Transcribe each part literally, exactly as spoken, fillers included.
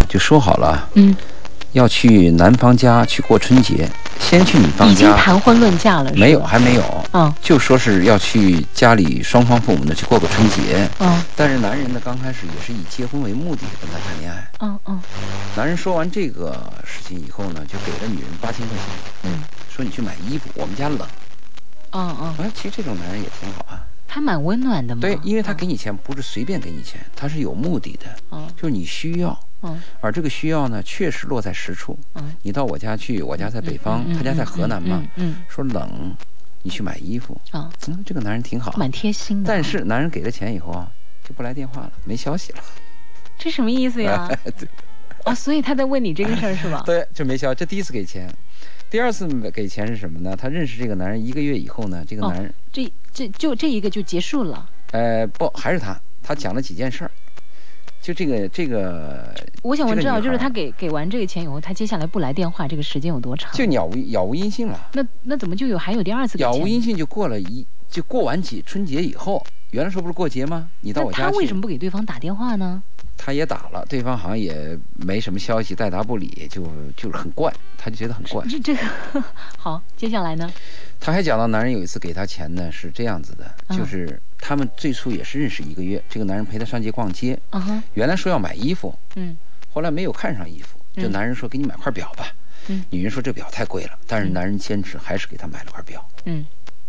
就说好了， 嗯， 要去男方家去过春节，先去女方家。 已经谈婚论嫁了， 没有，还没有。 嗯， 就说是要去家里双方父母呢去过个春节。 嗯， 但是男人呢，刚开始也是以结婚为目的跟他谈恋爱。 嗯嗯。 男人说完这个事情以后呢，就给了女人八千块钱。 嗯， 说你去买衣服，我们家冷。 嗯嗯。 哎，其实这种男人也挺好啊。 他蛮温暖的嘛。 对，因为他给你钱不是随便给你钱，他是有目的的。 嗯， 就是你需要。 嗯， 而这个需要呢，确实落在实处。 嗯， 你到我家去，我家在北方， 嗯、 他家在河南嘛。 嗯，嗯嗯说冷，你去买衣服。 啊、 嗯，这个男人挺好， 蛮贴心的。 但是男人给了钱以后啊，就不来电话了，没消息了。 这什么意思呀？ 对。 哦，所以他在问你这个事儿是吧？ 对，就没消息。这第一次给钱，第二次给钱是什么呢？他认识这个男人一个月以后呢，这个男人、 哦、这这就这一个就结束了。 呃，不，还是他，他讲了几件事儿。就这个这个， 我想问知道，就是他给给完这个钱以后，他接下来不来电话，这个时间有多长？ 就杳无杳无音信了。 那那怎么就有还有第二次给钱？ 杳无音信就过了一就过完几春节以后，原来说不是过节吗？你到我家去， 那他为什么不给对方打电话呢？ 他也打了，对方好像也没什么消息，代答不理，就就是很怪，他就觉得很怪。 这这个好，接下来呢？ 他还讲到男人有一次给他钱呢，是这样子的， 嗯、 就是他们最初也是认识一个月，这个男人陪他上街逛街， 嗯哼， 原来说要买衣服， 嗯， 后来没有看上衣服，这男人说给你买块表吧， 嗯， 女人说这表太贵了，但是男人坚持还是给他买了块表， 嗯，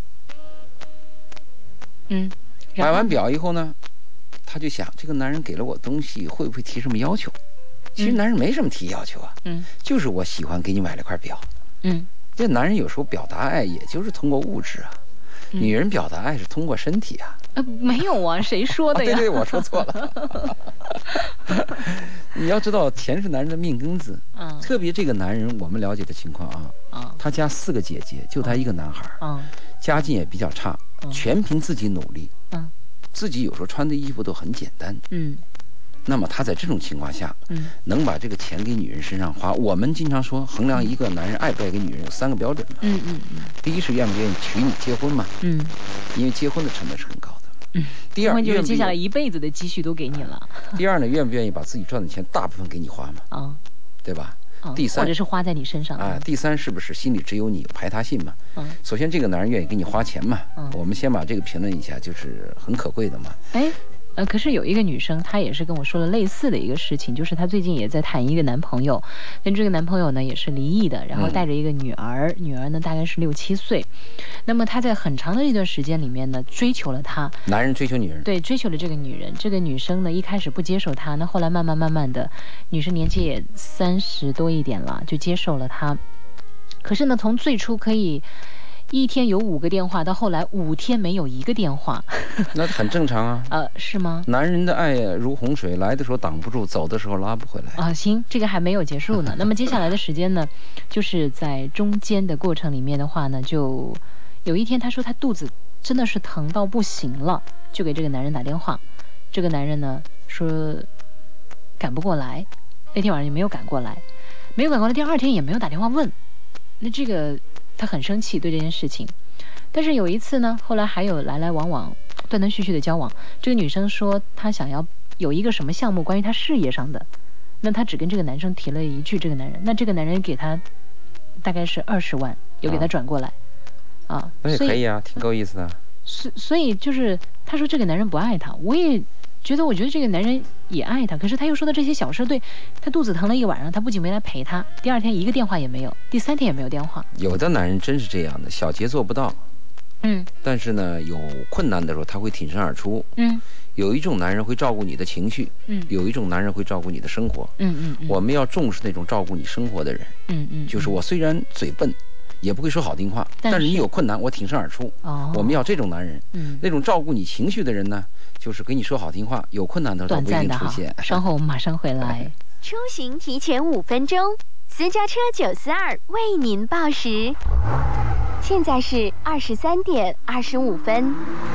嗯， 买完表以后呢，他就想这个男人给了我东西会不会提什么要求？其实男人没什么提要求啊， 嗯， 就是我喜欢给你买了块表， 嗯， 这男人有时候表达爱也就是通过物质啊， 嗯、 女人表达爱是通过身体啊。 呃，没有啊，谁说的呀？ 啊、对对，我说错了。你要知道，钱是男人的命根子。嗯，特别这个男人，我们了解的情况啊，嗯、他家四个姐姐，就他一个男孩，嗯，家境也比较差，嗯、全凭自己努力，嗯，自己有时候穿的衣服都很简单，嗯。那么他在这种情况下，嗯，能把这个钱给女人身上花。我们经常说，衡量一个男人爱不爱给女人有三个标准嘛。嗯嗯嗯。第一是愿不愿意娶你结婚嘛。嗯。因为结婚的成本是很高的。嗯。第二就是接下来一辈子的积蓄都给你了。 第二呢，愿不愿意把自己赚的钱大部分给你花嘛？啊、哦，对吧？ 哦、 第三， 或者是花在你身上啊、 哎。第三是不是心里只有你，有排他性嘛？嗯。首先这个男人愿意给你花钱嘛？嗯。我们先把这个评论一下，就是很可贵的嘛。 哎。呃，可是有一个女生，她也是跟我说了类似的一个事情，就是她最近也在谈一个男朋友，跟这个男朋友呢也是离异的，然后带着一个女儿，嗯、女儿呢大概是六七岁。那么她在很长的一段时间里面呢，追求了她。 男人追求女人。 对，追求了这个女人。这个女生呢一开始不接受他，那后来慢慢慢慢的，女生年纪也三十多一点了，就接受了他。可是呢，从最初可以一天有五个电话，到后来五天没有一个电话。 那很正常啊。 呃，是吗？ 男人的爱如洪水，来的时候挡不住，走的时候拉不回来。 啊，行，这个还没有结束呢。那么接下来的时间呢，就是在中间的过程里面的话呢，就有一天他说他肚子真的是疼到不行了，就给这个男人打电话。这个男人呢说赶不过来，那天晚上也没有赶过来，没有赶过来，第二天也没有打电话问。那这个他很生气对这件事情。但是有一次呢，后来还有来来往往断断续续的交往。这个女生说她想要有一个什么项目关于她事业上的，那她只跟这个男生提了一句这个男人，那这个男人给她大概是二十万，有给她转过来。啊, 啊那也可以啊，挺够意思的。 所所以就是她说这个男人不爱她，我也觉得我觉得这个男人也爱她，可是他又说的这些小事，对他肚子疼了一晚上，他不仅没来陪她，第二天一个电话也没有，第三天也没有电话。 有的男人真是这样的，小节做不到。 嗯， 但是呢，有困难的时候他会挺身而出。 嗯， 有一种男人会照顾你的情绪， 嗯， 有一种男人会照顾你的生活。 嗯嗯嗯， 我们要重视那种照顾你生活的人。 嗯 嗯, 嗯， 就是我虽然嘴笨，也不会说好听话，但 是, 但是你有困难，我挺身而出。哦，我们要这种男人。嗯，那种照顾你情绪的人呢，就是跟你说好听话，有困难的时候不一定出现。 稍后我们马上回来。 出行提前五分钟，私家车九四二为您报时。现在是二十三点二十五分。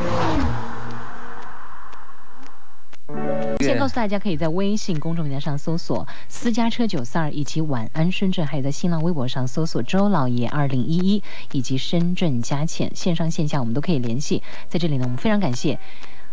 先告诉大家，可以在微信公众平台上搜索私家车九四二以及晚安深圳，还有在新浪微博上搜索周老爷二零一一以及深圳佳倩，线上线下我们都可以联系。在这里呢，我们非常感谢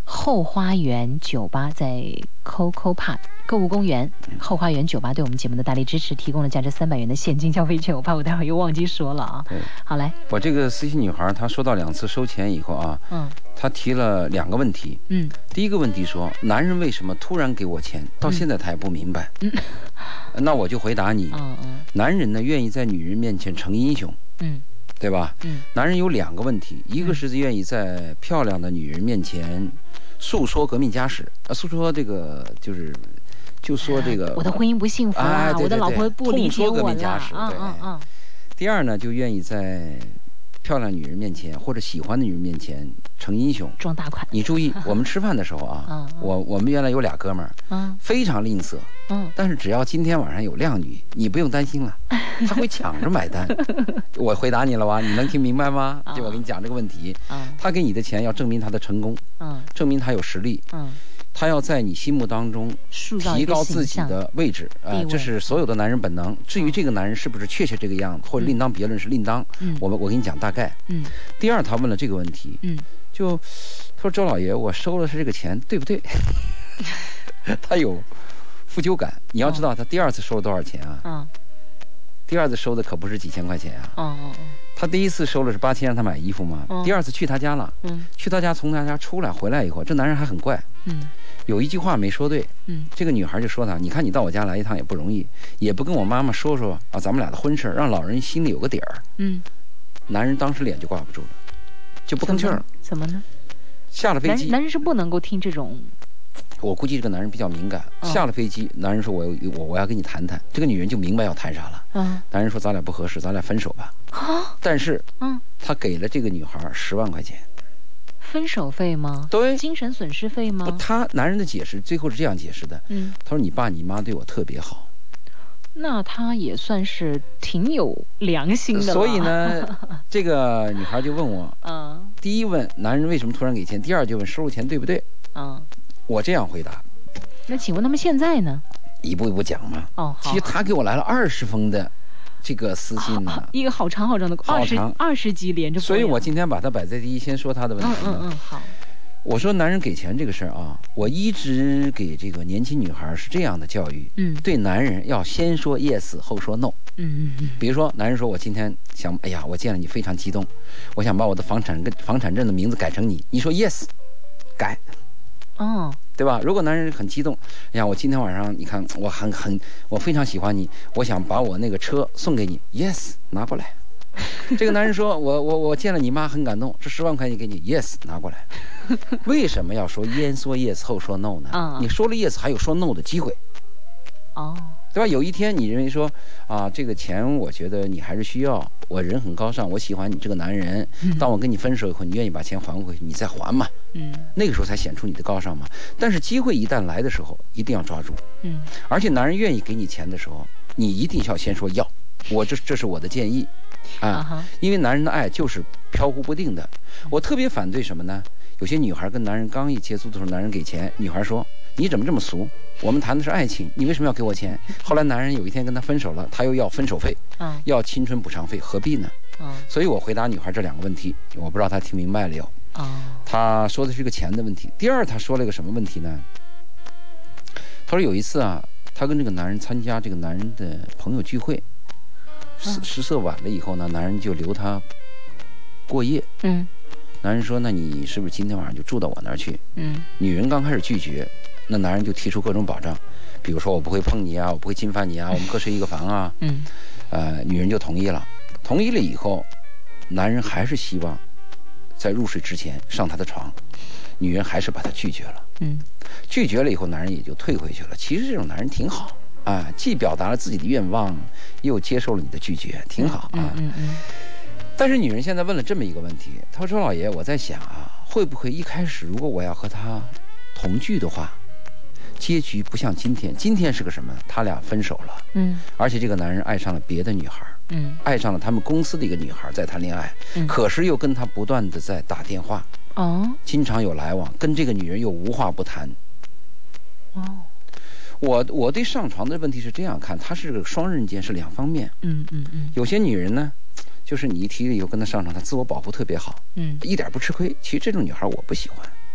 后花园酒吧，在 Coco Park 购物公园后花园酒吧对我们节目的大力支持，提供了价值三百元的现金消费券。我怕我待会儿又忘记说了啊。 对， 好来， 我这个司机女孩她收到两次收钱以后啊，嗯，她提了两个问题。嗯，第一个问题说，男人为什么突然给我钱，到现在她也不明白。嗯，那我就回答你，嗯嗯，男人呢愿意在女人面前成英雄。嗯。对吧？嗯，男人有两个问题，一个是愿意在漂亮的女人面前诉说革命家史，啊，诉说这个就是就说这个、 啊、我的婚姻不幸福啦、啊，我的老婆不理解我啦， 嗯嗯嗯。第二呢，就愿意在漂亮女人面前或者喜欢的女人面前成英雄， 装大款。 你注意，我们吃饭的时候啊，嗯、我我们原来有俩哥们儿，嗯，非常吝啬，嗯，但是只要今天晚上有靓女，你不用担心了。他会抢着买单，我回答你了吧？你能听明白吗？就我跟你讲这个问题，他给你的钱要证明他的成功，证明他有实力，他要在你心目当中提高自己的位置啊，这是所有的男人本能。至于这个男人是不是确切这个样子，或者另当别论是另当，我我跟你讲大概。第二，他问了这个问题，就他说周老爷，我收了是这个钱，对不对？他有负疚感。你要知道他第二次收了多少钱啊？第二次收的可不是几千块钱啊！哦哦哦，他第一次收了是八千，让他买衣服嘛。哦、第二次去他家了，嗯，去他家从他家出来回来以后，这男人还很怪，嗯，有一句话没说对，嗯，这个女孩就说他，你看你到我家来一趟也不容易，也不跟我妈妈说说啊，咱们俩的婚事，让老人心里有个底儿，嗯，男人当时脸就挂不住了，就不吭气儿。 怎么呢？ 下了飞机， 男, 男人是不能够听这种。 我估计这个男人比较敏感，下了飞机，男人说我我我要跟你谈谈，这个女人就明白要谈啥了。嗯，男人说咱俩不合适，咱俩分手吧。啊，但是，嗯，他给了这个女孩十万块钱， 分手费吗？ 对， 精神损失费吗？ 他男人的解释最后是这样解释的，嗯，他说你爸你妈对我特别好。 那他也算是挺有良心的了。 所以呢，这个女孩就问我，嗯，第一问男人为什么突然给钱，第二就问收入钱对不对？嗯。我这样回答， 那请问他们现在呢？ 一步一步讲嘛。哦，其实他给我来了二十封的这个私信呢、啊， 一个好长好长的， 好长二十集连着播。 所以我今天把它摆在第一，先说他的问题。 嗯嗯嗯，好。 我说男人给钱这个事儿啊，我一直给这个年轻女孩是这样的教育，嗯，对男人要先说 yes 后说 no。嗯嗯嗯。比如说男人说我今天想，哎呀，我见了你非常激动，我想把我的房产跟房产证的名字改成你，你说 yes， 改。哦，对吧？如果男人很激动，哎呀，我今天晚上你看我很很我非常喜欢你，我想把我那个车送给你 ，yes， 拿过来。这个男人说我我我见了你妈很感动，这十万块钱给你 ，yes， 拿过来。为什么要说先说 yes 后说 no 呢？啊、你说了 yes 还有说 no 的机会。哦。对吧？有一天你认为说啊，这个钱我觉得你还是需要，我人很高尚，我喜欢你这个男人。当我跟你分手以后，你愿意把钱还回去，你再还嘛。嗯，那个时候才显出你的高尚嘛。但是机会一旦来的时候，一定要抓住。嗯，而且男人愿意给你钱的时候，你一定要先说要。我这这是我的建议，啊，因为男人的爱就是飘忽不定的。我特别反对什么呢？有些女孩跟男人刚一接触的时候，男人给钱，女孩说你怎么这么俗？我们谈的是爱情，你为什么要给我钱？后来男人有一天跟他分手了，他又要分手费，嗯，要青春补偿费，何必呢？嗯，所以我回答女孩这两个问题，我不知道她听明白了有。哦，他说的是个钱的问题。第二，他说了一个什么问题呢？他说有一次啊，他跟这个男人参加这个男人的朋友聚会，食食色晚了以后呢，男人就留他过夜。嗯，男人说：“那你是不是今天晚上就住到我那儿去？”嗯，女人刚开始拒绝。那男人就提出各种保障，比如说我不会碰你啊，我不会侵犯你啊，我们各睡一个房啊。嗯，呃，女人就同意了。同意了以后，男人还是希望在入睡之前上他的床，女人还是把他拒绝了。嗯，拒绝了以后，男人也就退回去了。其实这种男人挺好啊，既表达了自己的愿望，又接受了你的拒绝，挺好啊。嗯 嗯, 嗯。但是女人现在问了这么一个问题，她说：“周老爷，我在想啊，会不会一开始如果我要和他同居的话，结局不像今天，今天是个什么？他俩分手了，嗯，而且这个男人爱上了别的女孩，嗯，爱上了他们公司的一个女孩在谈恋爱，嗯，可是又跟他不断的在打电话，哦，经常有来往，跟这个女人又无话不谈。哦，我我对上床的问题是这样看，它是个双刃剑，是两方面，嗯嗯嗯，有些女人呢，就是你一提了以后跟她上床，她自我保护特别好，嗯，一点不吃亏。其实这种女孩我不喜欢。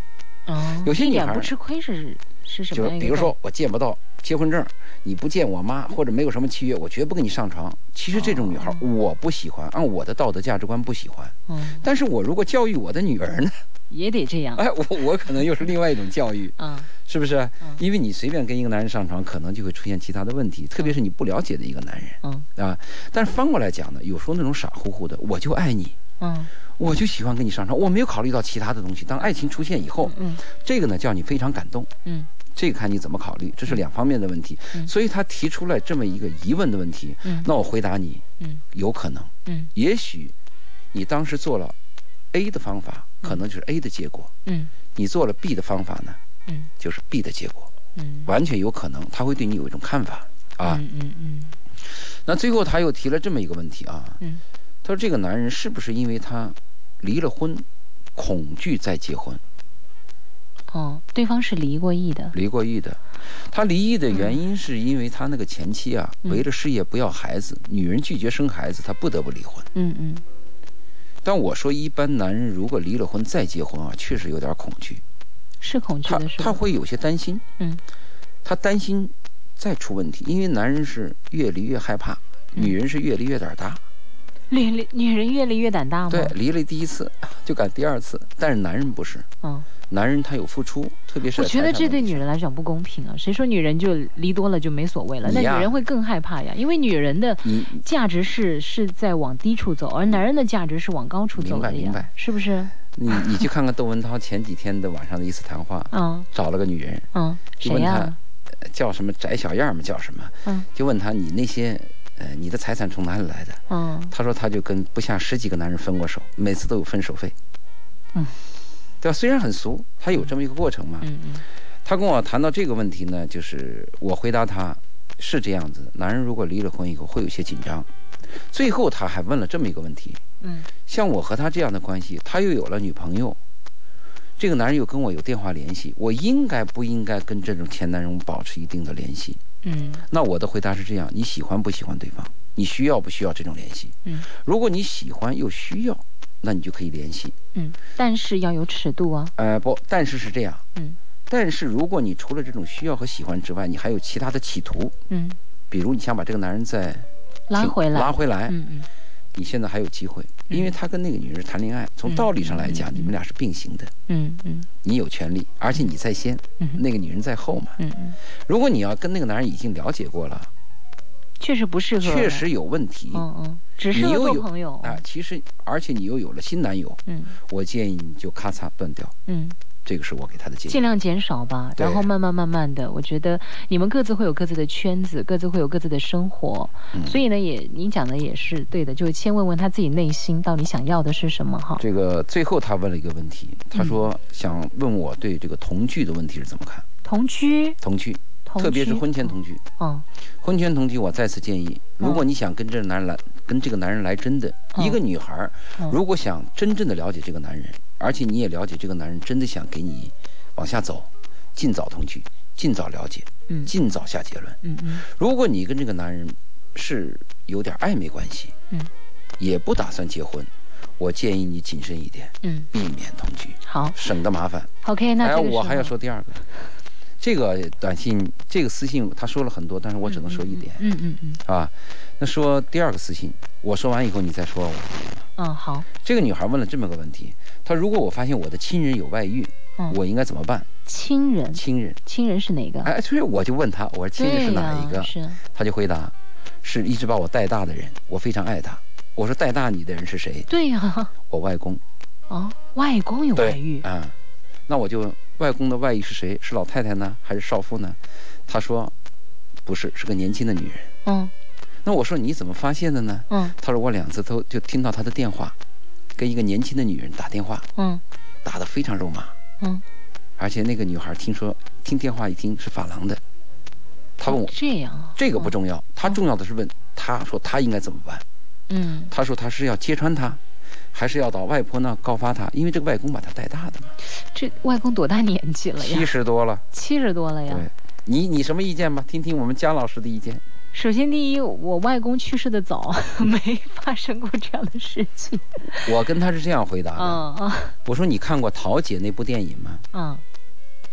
哦， 有些女孩不吃亏是是什么？ 就比如说我见不到结婚证，你不见我妈，或者没有什么契约，我绝不跟你上床。其实这种女孩我不喜欢，按我的道德价值观不喜欢。嗯，但是我如果教育我的女儿呢， 也得这样。 哎，我我可能又是另外一种教育。嗯，是不是？嗯，因为你随便跟一个男人上床，可能就会出现其他的问题，特别是你不了解的一个男人。嗯啊，但是翻过来讲呢，有时候那种傻乎乎的，我就爱你。嗯。我就喜欢跟你上床，我没有考虑到其他的东西。当爱情出现以后，嗯，这个呢叫你非常感动，嗯，这个看你怎么考虑，这是两方面的问题。嗯，所以他提出来这么一个疑问的问题，嗯，那我回答你，嗯，有可能，嗯，也许你当时做了 A 的方法，可能就是 A 的结果，嗯，你做了 B 的方法呢，嗯，就是 B 的结果，嗯，完全有可能他会对你有一种看法啊，嗯嗯嗯。那最后他又提了这么一个问题啊，嗯，他说这个男人是不是因为他离了婚，恐惧再结婚？ 哦，对方是离过异的。 离过异的，他离异的原因是因为他那个前妻啊，嗯、为了事业不要孩子，女人拒绝生孩子，他不得不离婚。嗯嗯。但我说，一般男人如果离了婚再结婚啊，确实有点恐惧。 是恐惧的是吧？ 他他会有些担心。嗯。他担心再出问题，因为男人是越离越害怕，嗯、女人是越离越胆大。 女女人越离越胆大吗？ 对，离了第一次就敢第二次，但是男人不是。嗯，男人他有付出，特别是我觉得这对女人来讲不公平啊！谁说女人就离多了就没所谓了？那女人会更害怕呀，因为女人的价值是是在往低处走，而男人的价值是往高处走的呀， 明白明白， 是不是？ 你你去看看窦文涛前几天的晚上的一次谈话，嗯，找了个女人，嗯，就问他叫什么翟小燕嘛，叫什么？嗯，就问他你那些。呃，你的财产从哪里来的？嗯，他说他就跟不下十几个男人分过手，每次都有分手费。嗯，对吧？虽然很俗，他有这么一个过程嘛。嗯嗯。他跟我谈到这个问题呢，就是我回答他是这样子，男人如果离了婚以后会有些紧张。最后他还问了这么一个问题，嗯，像我和他这样的关系，他又有了女朋友，这个男人又跟我有电话联系，我应该不应该跟这种前男人保持一定的联系？嗯，那我的回答是这样：你喜欢不喜欢对方？你需要不需要这种联系？嗯，如果你喜欢又需要，那你就可以联系。 嗯，但是要有尺度啊。 呃，不，但是是这样。嗯，但是如果你除了这种需要和喜欢之外，你还有其他的企图，嗯，比如你想把这个男人再拉回来， 拉回来，嗯嗯，你现在还有机会，因为他跟那个女人谈恋爱，从道理上来讲，你们俩是并行的。嗯嗯，你有权利，而且你在先，那个女人在后嘛。嗯嗯，如果你要跟那个男人已经了解过了。 确实不适合， 确实有问题。嗯嗯， 只适合做朋友啊。其实，而且你又有了新男友，嗯，我建议你就咔嚓断掉。嗯，这个是我给他的建议。 尽量减少吧，然后慢慢慢慢的，我觉得你们各自会有各自的圈子，各自会有各自的生活。嗯，所以呢，也您讲的也是对的，就先问问他自己内心到底想要的是什么哈。 这个最后他问了一个问题，他说想问我对这个同居的问题是怎么看？ 同居， 同居。特别是婚前同居，嗯，婚前同居，我再次建议，如果你想跟这个男人来，跟这个男人来真的，一个女孩，如果想真正的了解这个男人，而且你也了解这个男人真的想给你往下走，尽早同居，尽早了解，嗯，尽早下结论，嗯嗯。如果你跟这个男人是有点暧昧关系，嗯，也不打算结婚，我建议你谨慎一点，嗯，避免同居， 好， 省得麻烦。 OK， 那哎，我还要说第二个。这个短信，这个私信他说了很多，但是我只能说一点。嗯嗯嗯，啊，那说第二个私信，我说完以后你再说我。 嗯，好。 这个女孩问了这么个问题，她如果我发现我的亲人有外遇，嗯，我应该怎么办？ 亲人， 亲人， 亲人是哪个？ 哎，所以我就问他，我说亲人是哪一个？ 是， 他就回答，是一直把我带大的人，我非常爱他。我说带大你的人是谁？ 对呀、啊， 我外公。 哦，外公有外遇啊、嗯？那我就。外公的外遇是谁？是老太太呢，还是少妇呢？他说，不是，是个年轻的女人。嗯，那我说你怎么发现的呢？嗯，他说我两次都就听到他的电话，跟一个年轻的女人打电话。嗯，打得非常肉麻。嗯，而且那个女孩听说听电话一听是发廊的，他问我、 哦、这样啊？ 这个不重要，他重要的是问他说他应该怎么办？嗯，他说他是要揭穿他。还是要到外婆那告发他，因为这个外公把他带大的嘛。 这外公多大年纪了呀？ 七十多了。 七十多了呀。 对，你你什么意见吧？听听我们姜老师的意见。 首先，第一，我外公去世的早，没发生过这样的事情。 我跟他是这样回答的。嗯嗯。我说你看过《桃姐》那部电影吗？嗯。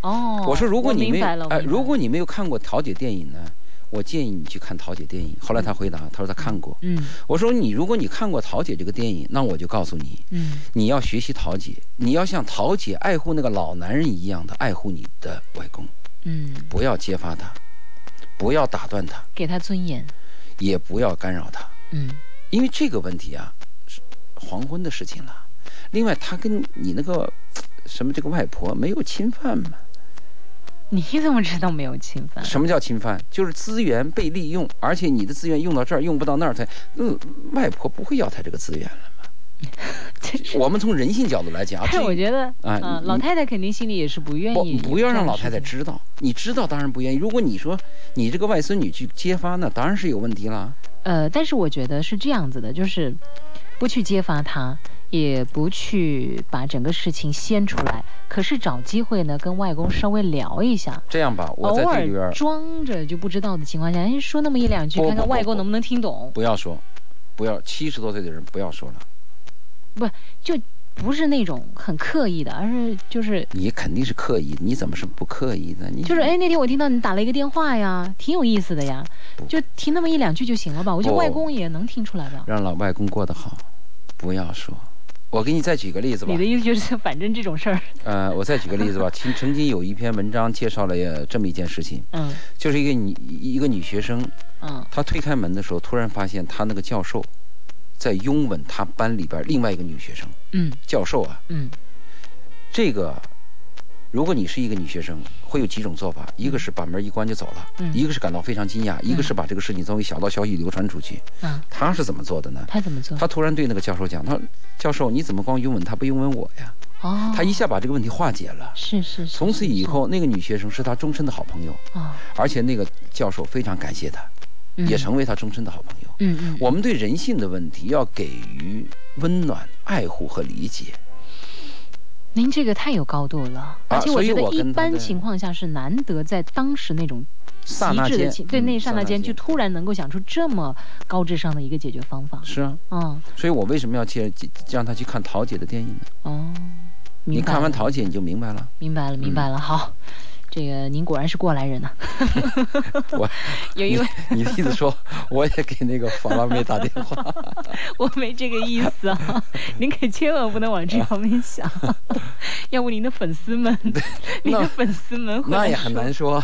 哦， 我说如果你没有哎、呃， 如果你没有看过桃姐电影呢，我建议你去看桃姐电影。后来他回答，他说他看过。 嗯， 我说你如果你看过桃姐这个电影，那我就告诉你， 嗯， 你要学习桃姐，你要像桃姐爱护那个老男人一样的爱护你的外公。 嗯， 不要揭发他，不要打断他， 给他尊严， 也不要干扰他。 嗯， 因为这个问题啊，是黄昏的事情了。另外，他跟你那个什么这个外婆没有侵犯嘛？ 你怎么知道没有侵犯？ 什么叫侵犯？就是资源被利用，而且你的资源用到这儿用不到那儿，才嗯，外婆不会要他这个资源了嘛？我们从人性角度来讲， 但我觉得啊、呃，老太太肯定心里也是不愿意。 不，不要让老太太知道。你知道当然不愿意。如果你说你这个外孙女去揭发，那当然是有问题了。 呃，但是我觉得是这样子的，就是不去揭发她，也不去把整个事情掀出来，可是找机会呢，跟外公稍微聊一下。 这样吧，我在这里边偶尔装着就不知道的情况下，哎，说那么一两句，看看外公能不能听懂。 不要说，不要七十多岁的人不要说了。 不就不是那种很刻意的，而是就是你肯定是刻意，你怎么是不刻意的？你就是哎，那天我听到你打了一个电话呀，挺有意思的呀，就提那么一两句就行了吧？我觉得外公也能听出来吧。 让老外公过得好，不要说。我给你再举个例子吧。 你的意思就是，反正这种事儿。 呃，我再举个例子吧。曾曾经有一篇文章介绍了这么一件事情， 嗯， 就是一个女一个女学生， 嗯， 她推开门的时候，突然发现她那个教授在拥吻她班里边另外一个女学生。 嗯， 教授啊， 嗯， 这个如果你是一个女学生，会有几种做法，一个是把门一关就走了， 嗯， 一个是感到非常惊讶，一个是把这个事情作为小道消息流传出去。 嗯， 他是怎么做的呢？ 他怎么做？ 他突然对那个教授讲：“他教授，你怎么光拥吻他，不拥吻我呀？” 哦， 他一下把这个问题化解了。 是是是。 从此以后，那个女学生是他终身的好朋友。 哦， 而且那个教授非常感谢他， 嗯、 也成为他终身的好朋友。 嗯嗯。 我们对人性的问题要给予温暖、爱护和理解。 您这个太有高度了，而且我觉得一般情况下是难得在当时那种极致的情，对那刹那间就突然能够想出这么高智商的一个解决方法。 是啊， 嗯， 所以我为什么要去让他去看桃姐的电影呢？ 哦， 你看完桃姐你就明白了。 明白了，明白了。嗯、好。这个您果然是过来人呐、啊！ 我有一位， 你的意思说我也给那个法拉梅打电话？ 我没这个意思啊！您可千万不能往这方面想，要不您的粉丝们，您的粉丝们会那也很难说。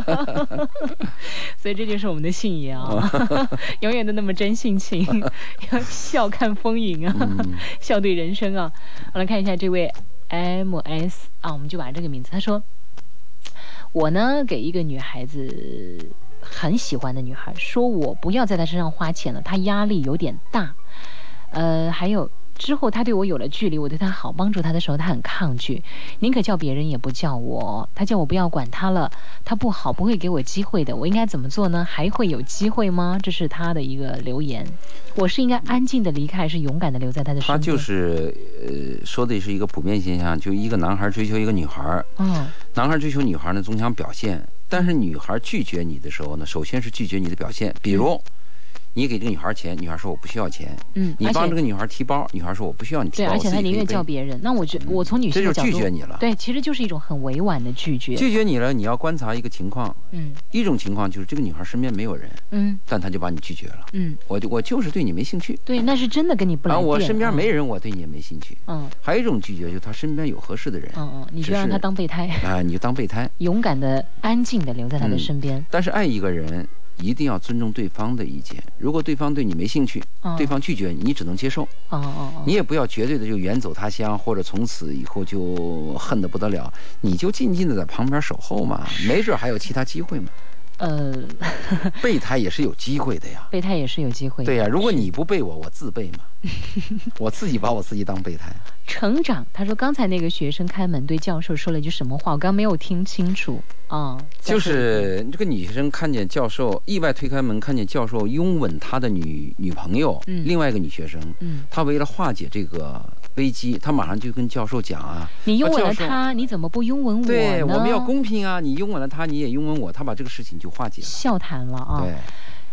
所以这就是我们的信爷啊，永远都那么真性情，要笑看风云啊，嗯、笑对人生啊！我来看一下这位 M S 啊，我们就把这个名字，他说。我呢，给一个女孩子很喜欢的女孩说，我不要在她身上花钱了，她压力有点大。呃，还有之后她对我有了距离，我对她好，帮助她的时候，她很抗拒，宁可叫别人也不叫我。她叫我不要管她了，她不好，不会给我机会的。我应该怎么做呢？还会有机会吗？这是她的一个留言。我是应该安静的离开，还是勇敢的留在她的身边？ 他就是呃说的是一个普遍现象，就一个男孩追求一个女孩，嗯。男孩追求女孩呢，总想表现，但是女孩拒绝你的时候呢，首先是拒绝你的表现。比如，你给这个女孩钱，女孩说我不需要钱。嗯，你帮这个女孩提包，女孩说我不需要你提包。 对，而且她宁愿叫别人。那我觉得，我从女性的角度， 这就拒绝你了。 对，其实就是一种很委婉的拒绝。 拒绝你了，你要观察一个情况。嗯，一种情况就是这个女孩身边没有人。嗯，但她就把你拒绝了。嗯，我就我就是对你没兴趣。 对，那是真的跟你不来电。 啊，我身边没人，我对你也没兴趣。嗯，还有一种拒绝，就是她身边有合适的人。 嗯嗯，你就让她当备胎。 啊，你就当备胎。 勇敢的、安静的留在她的身边。 但是爱一个人。一定要尊重对方的意见。如果对方对你没兴趣，哦、对方拒绝你，你只能接受。哦哦哦，你也不要绝对的就远走他乡，或者从此以后就恨得不得了。你就静静的在旁边守候嘛，没准还有其他机会嘛。呃，备胎也是有机会的呀。 备胎也是有机会的。 对呀，如果你不备我，我自备嘛。我自己把我自己当备胎。 成长，他说刚才那个学生开门对教授说了一句什么话？我刚没有听清楚啊。哦、 就是这个女学生看见教授意外推开门，看见教授拥吻他的女女朋友，嗯、另外一个女学生，嗯，她为了化解这个危机，她马上就跟教授讲啊， 你拥吻了他，你怎么不拥吻我呢？ 对，我们要公平啊！你拥吻了他，你也拥吻我，他把这个事情就化解了， 笑谈了啊。 对。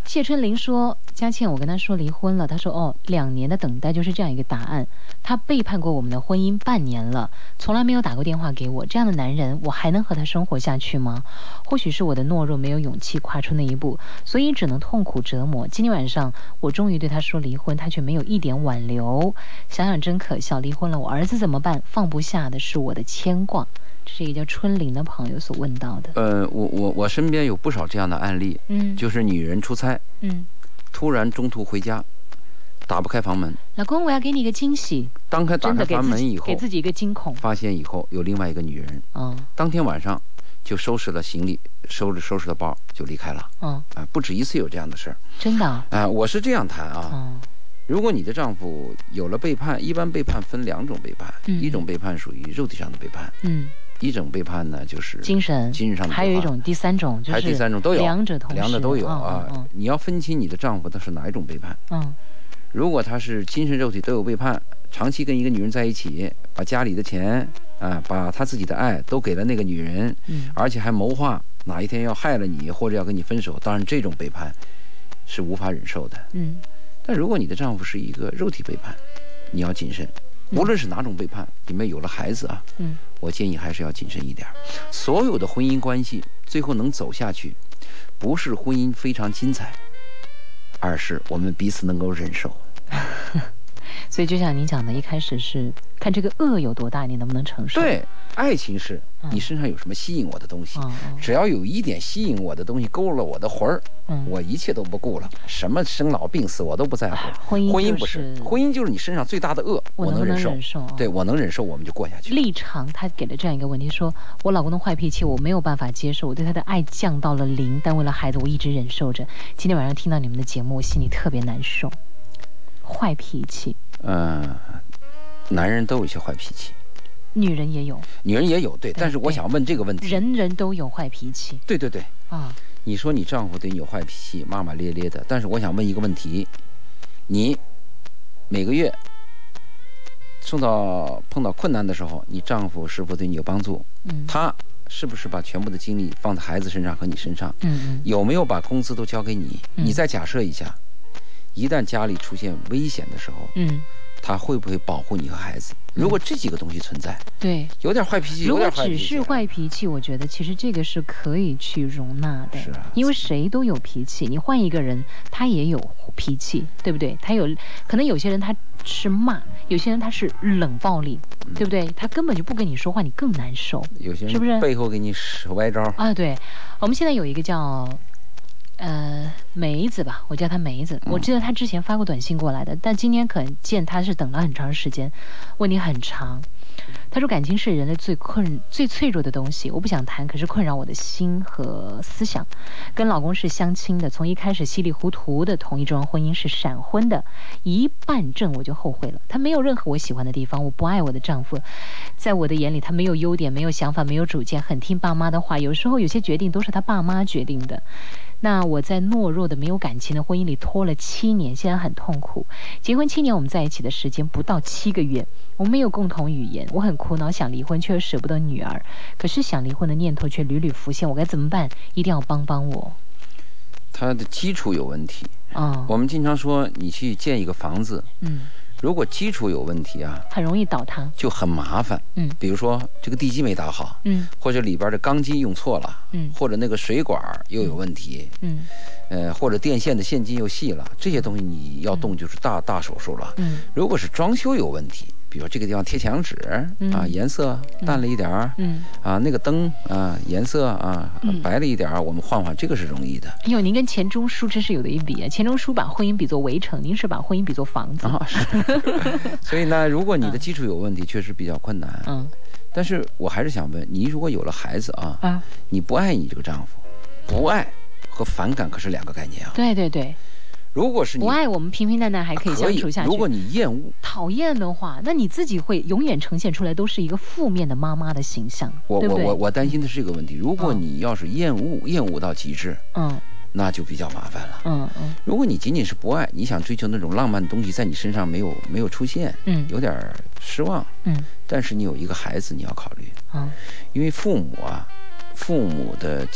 谢春玲说：“佳倩，我跟他说离婚了。他说哦，两年的等待就是这样一个答案。他背叛过我们的婚姻半年了，从来没有打过电话给我。这样的男人，我还能和他生活下去吗？或许是我的懦弱，没有勇气跨出那一步，所以只能痛苦折磨。今天晚上，我终于对他说离婚，他却没有一点挽留。想想真可笑。离婚了，我儿子怎么办？放不下的是我的牵挂。”这是一个叫春玲的朋友所问到的。 呃，我我我身边有不少这样的案例，嗯，就是女人出差，嗯，突然中途回家，打不开房门， 老公，我要给你一个惊喜。 当开打开房门以后， 给自己一个惊恐， 发现以后有另外一个女人，哦，当天晚上就收拾了行李，收拾收拾了包就离开了，嗯，啊、呃，不止一次有这样的事儿， 真的啊、 呃，我是这样谈啊。 哦， 如果你的丈夫有了背叛，一般背叛分两种背叛，嗯、一种背叛属于肉体上的背叛，嗯。一种背叛呢，就是精神精神上的背叛， 还有一种第三种，就是还第三种都有， 两者同时， 两者都有啊。 嗯嗯、 你要分清你的丈夫他是哪一种背叛。嗯，如果他是精神肉体都有背叛，长期跟一个女人在一起，把家里的钱啊，把他自己的爱都给了那个女人，嗯，而且还谋划哪一天要害了你或者要跟你分手，当然这种背叛是无法忍受的。嗯，但如果你的丈夫是一个肉体背叛，你要谨慎。无论是哪种背叛，里面有了孩子啊，嗯，我建议还是要谨慎一点。所有的婚姻关系最后能走下去，不是婚姻非常精彩，而是我们彼此能够忍受。 所以就像您讲的，一开始是看这个恶有多大，你能不能承受？ 对，爱情是你身上有什么吸引我的东西，嗯、只要有一点吸引我的东西勾了我的魂儿，嗯、我一切都不顾了，什么生老病死我都不在乎。 婚姻、就是、 婚姻不是，婚姻就是你身上最大的恶， 我能忍受。 能忍受对，我能忍受，我们就过下去。 立场，他给了这样一个问题，说我老公的坏脾气我没有办法接受，我对他的爱降到了零，但为了孩子我一直忍受着。今天晚上听到你们的节目，我心里特别难受。坏脾气， 嗯、呃，男人都有一些坏脾气。 女人也有， 女人也有，对，但是我想问这个问题， 人人都有坏脾气， 对对对啊。你说你丈夫对你有坏脾气，骂骂咧咧的，但是我想问一个问题，你每个月受到碰到困难的时候，你丈夫是否对你有帮助？嗯，他是不是把全部的精力放在孩子身上和你身上？嗯嗯，有没有把工资都交给你？嗯、你再假设一下，一旦家里出现危险的时候，嗯。他会不会保护你和孩子？如果这几个东西存在， 对， 有点坏脾气， 如果只是坏脾气，我觉得其实这个是可以去容纳的， 是啊， 因为谁都有脾气，你换一个人，他也有脾气，对不对？他有可能有些人他是骂，有些人他是冷暴力，嗯、对不对？他根本就不跟你说话，你更难受。 有些人是不是背后给你使歪招啊？对，我们现在有一个叫。呃，梅子吧，我叫她梅子。我记得她之前发过短信过来的，但今天可见她是等了很长时间，问题很长。她说感情是人类最困、最脆弱的东西，我不想谈，可是困扰我的心和思想。跟老公是相亲的，从一开始稀里糊涂的同意这桩婚姻是闪婚的，一办证我就后悔了。他没有任何我喜欢的地方，我不爱我的丈夫，在我的眼里他没有优点，没有想法，没有主见，很听爸妈的话，有时候有些决定都是他爸妈决定的。那我在懦弱的没有感情的婚姻里拖了七年，现在很痛苦。结婚七年，我们在一起的时间不到七个月，我们没有共同语言，我很苦恼，想离婚却又舍不得女儿，可是想离婚的念头却屡屡浮现，我该怎么办？一定要帮帮我。 他的基础有问题啊、哦，我们经常说你去建一个房子，嗯。如果基础有问题啊， 很容易倒塌， 就很麻烦。嗯，比如说这个地基没打好，嗯，或者里边的钢筋用错了，嗯，或者那个水管又有问题，嗯，呃，或者电线的线筋又细了，这些东西你要动就是大、嗯、大手术了。嗯，如果是装修有问题，比如这个地方贴墙纸、嗯、啊，颜色淡了一点，嗯，啊，那个灯啊颜色啊、嗯、白了一点，我们换换，这个是容易的。 哎呦，您跟钱钟书真是有的一比啊！钱钟书把婚姻比作围城，您是把婚姻比作房子啊，是。所以呢，如果你的基础有问题，嗯、确实比较困难。嗯，但是我还是想问你，如果有了孩子啊，啊，你不爱你这个丈夫，不爱和反感可是两个概念啊。 对对对。 如果是你不爱，我们平平淡淡还可以相处下去。 如果你厌恶、 讨厌的话，那你自己会永远呈现出来都是一个负面的妈妈的形象。 我对不对？ 我我我担心的是这个问题。如果你要是厌恶、嗯、厌恶到极致，嗯，那就比较麻烦了。嗯嗯。如果你仅仅是不爱，你想追求那种浪漫的东西在你身上没有没有出现，嗯，有点失望，嗯，但是你有一个孩子，你要考虑，嗯，因为父母啊，父母的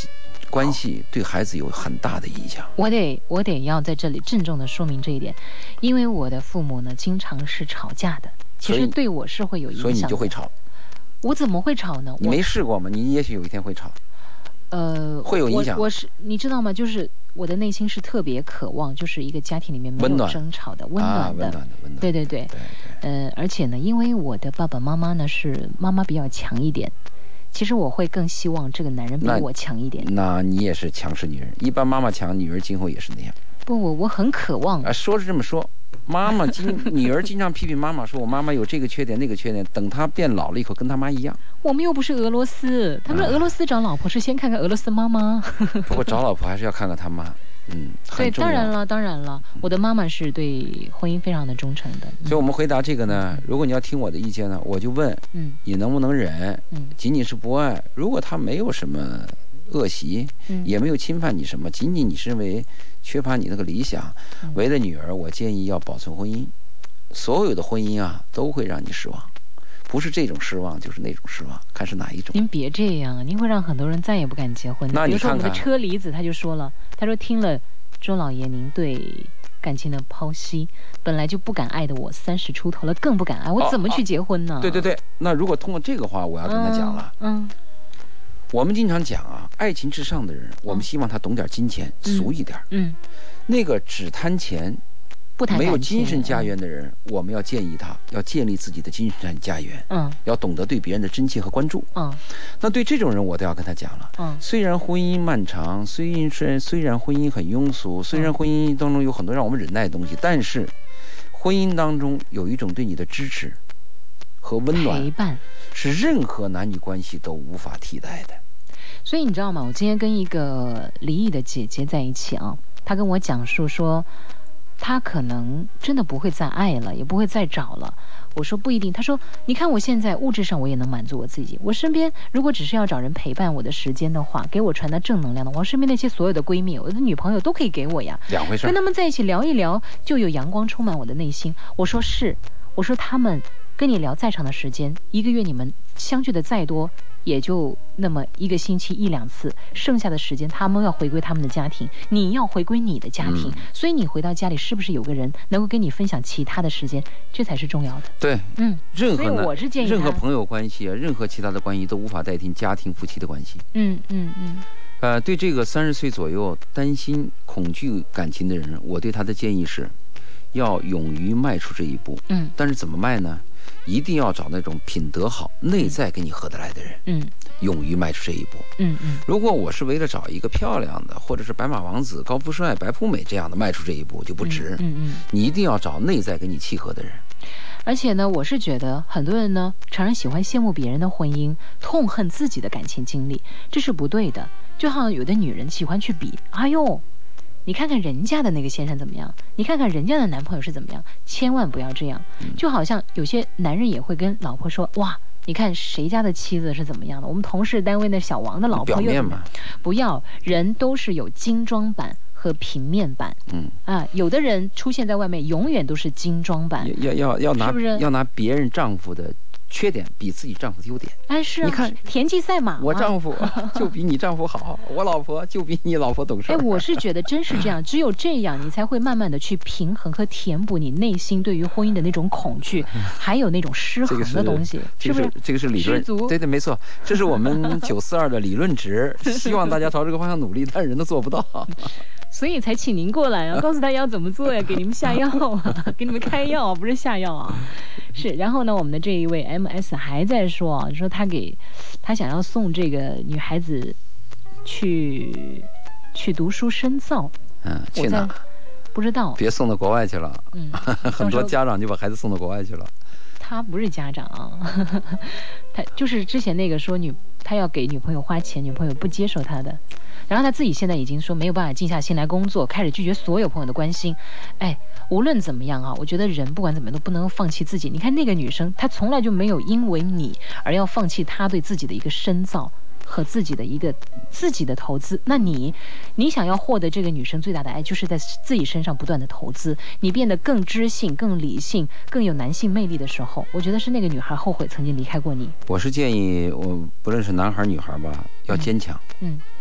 关系对孩子有很大的影响。 我得我得要在这里郑重的说明这一点，因为我的父母呢经常是吵架的，其实对我是会有影响的。 所以你就会吵。 我怎么会吵呢？ 你没试过吗？你也许有一天会吵。 呃， 会有影响。 我, 我是你知道吗？就是我的内心是特别渴望，就是一个家庭里面没有争吵的、温暖的、 温暖的、温暖的。 对对对， 对对。 呃，而且呢，因为我的爸爸妈妈呢是妈妈比较强一点，其实我会更希望这个男人比我强一点。 那, 那你也是强势女人，一般妈妈强，女儿今后也是那样。 不，我我很渴望啊，说是这么说。妈妈经女儿经常批评妈妈，说我妈妈有这个缺点那个缺点，等她变老了以后跟她妈一样。 我们又不是俄罗斯，他们俄罗斯找老婆是先看看俄罗斯妈妈。 不过找老婆还是要看看他妈，嗯， 对，当然了，当然了，我的妈妈是对婚姻非常的忠诚的。 所以我们回答这个呢，如果你要听我的意见呢，我就问，嗯，你能不能忍？嗯，仅仅是不爱，如果他没有什么恶习，嗯，也没有侵犯你什么，仅仅你是因为缺乏你那个理想，为了女儿，我建议要保存婚姻。所有的婚姻啊，都会让你失望。不是这种失望，就是那种失望，看是哪一种。 您别这样，您会让很多人再也不敢结婚的。 那你看看， 比如说我们的车厘子他就说了，他说听了周老爷您对感情的剖析，本来就不敢爱的我，三十出头了更不敢爱，我怎么去结婚呢？ 哦哦、对对对，那如果通过这个话，我要跟他讲了。嗯，嗯我们经常讲啊，爱情至上的人，我们希望他懂点金钱，嗯、俗一点。嗯，那个只贪钱。 不谈没有精神家园的人、嗯，我们要建议他要建立自己的精神家园，嗯，要懂得对别人的真切和关注，嗯，那对这种人我都要跟他讲了，嗯，虽然婚姻漫长，虽然虽然婚姻很庸俗，虽然婚姻当中有很多让我们忍耐的东西，但是婚姻当中有一种对你的支持和温暖陪伴， 是任何男女关系都无法替代的。 所以你知道吗？我今天跟一个离异的姐姐在一起啊，她跟我讲述说。他可能真的不会再爱了，也不会再找了。我说不一定。他说你看我现在物质上我也能满足我自己，我身边如果只是要找人陪伴我的时间的话，给我传达正能量的话，我身边那些所有的闺蜜，我的女朋友都可以给我呀， 两回事。 跟他们在一起聊一聊，就有阳光充满我的内心。我说是，我说他们跟你聊再长的时间，一个月你们相聚的再多也就那么一个星期一两次，剩下的时间他们要回归他们的家庭，你要回归你的家庭、嗯、所以你回到家里是不是有个人能够跟你分享其他的时间，这才是重要的。 对，嗯，任何我是建议任何朋友关系啊，任何其他的关系都无法代替家庭夫妻的关系。 嗯嗯嗯。 呃，对这个三十岁左右担心恐惧感情的人，我对他的建议是要勇于迈出这一步。嗯，但是怎么迈呢？一定要找那种品德好、内在跟你合得来的人。嗯，勇于迈出这一步。嗯嗯。如果我是为了找一个漂亮的，或者是白马王子、高富帅、白富美这样的迈出这一步，就不值。嗯 嗯, 嗯。你一定要找内在跟你契合的人。 而且呢，我是觉得很多人呢，常常喜欢羡慕别人的婚姻，痛恨自己的感情经历，这是不对的。就好像有的女人喜欢去比，哎呦。你看看人家的那个先生怎么样，你看看人家的男朋友是怎么样，千万不要这样。就好像有些男人也会跟老婆说，哇，你看谁家的妻子是怎么样的，我们同事单位那小王的老婆又怎么样。不要，人都是有精装版和平面版。嗯啊，有的人出现在外面永远都是精装版， 要要要拿是不是要拿别人丈夫的缺点比自己丈夫的优点。 哎，是啊， 你看田忌赛马， 我丈夫就比你丈夫好，我老婆就比你老婆懂事。 哎，我是觉得真是这样，只有这样，你才会慢慢的去平衡和填补你内心对于婚姻的那种恐惧，还有那种失衡的东西， 这个、 是不是？ 这个是理论，对对，没错，这是我们九四二的理论值，希望大家朝这个方向努力，但是人都做不到。 所以才请您过来啊，告诉大家要怎么做呀，给你们下药啊，给你们开药啊，不是下药啊。是，然后呢，我们的这一位 M S 还在说啊，说他给他想要送这个女孩子去去读书深造。 嗯，去哪？ 不知道。 别送到国外去了。嗯，很多家长就把孩子送到国外去了。 他不是家长啊，他就是之前那个说女他要给女朋友花钱，女朋友不接受他的。然后他自己现在已经说没有办法静下心来工作，开始拒绝所有朋友的关心。哎，无论怎么样啊，我觉得人不管怎么样都不能放弃自己。你看那个女生，她从来就没有因为你而要放弃她对自己的一个深造和自己的一个自己的投资。那你你想要获得这个女生最大的爱，就是在自己身上不断的投资。你变得更知性、更理性、更有男性魅力的时候，我觉得是那个女孩后悔曾经离开过你。 我是建议，我不论是男孩女孩吧，要坚强。嗯。嗯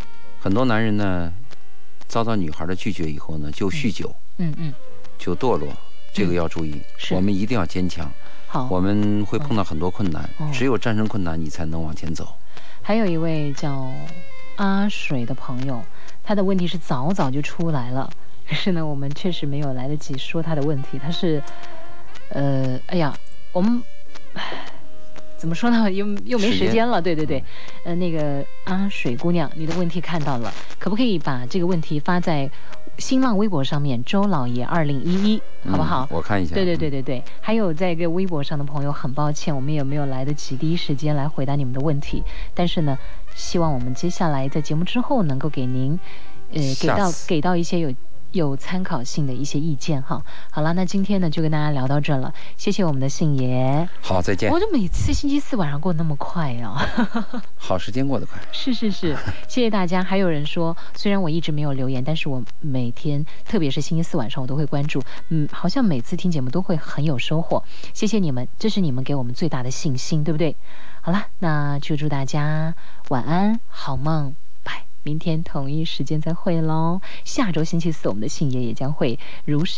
很多男人呢，遭到女孩的拒绝以后呢，就酗酒， 嗯嗯， 就堕落，这个要注意，我们一定要坚强。 好， 我们会碰到很多困难，只有战胜困难，你才能往前走。 还有一位叫阿水的朋友，他的问题是早早就出来了，可是呢，我们确实没有来得及说他的问题。他是，呃，哎呀，我们怎么说呢？又又没时间了。对对对，呃，那个阿水姑娘，你的问题看到了，可不可以把这个问题发在新浪微博上面？周老爷二零一一，好不好？ 嗯、我看一下。 对对对对对，还有在一个微博上的朋友，很抱歉，我们也没有来得及第一时间来回答你们的问题，但是呢，希望我们接下来在节目之后能够给您，呃，给到给到一些有有参考性的一些意见哈。好了，那今天呢就跟大家聊到这了，谢谢我们的信爷。 好，再见。 我就每次星期四晚上过得那么快啊。 好时间过得快。 是是是，谢谢大家。还有人说，虽然我一直没有留言，但是我每天，特别是星期四晚上，我都会关注。嗯，好像每次听节目都会很有收获。谢谢你们，这是你们给我们最大的信心，对不对？好了，那就祝大家晚安，好梦，拜。明天同一时间再会喽。下周星期四，我们的信爷也将会如实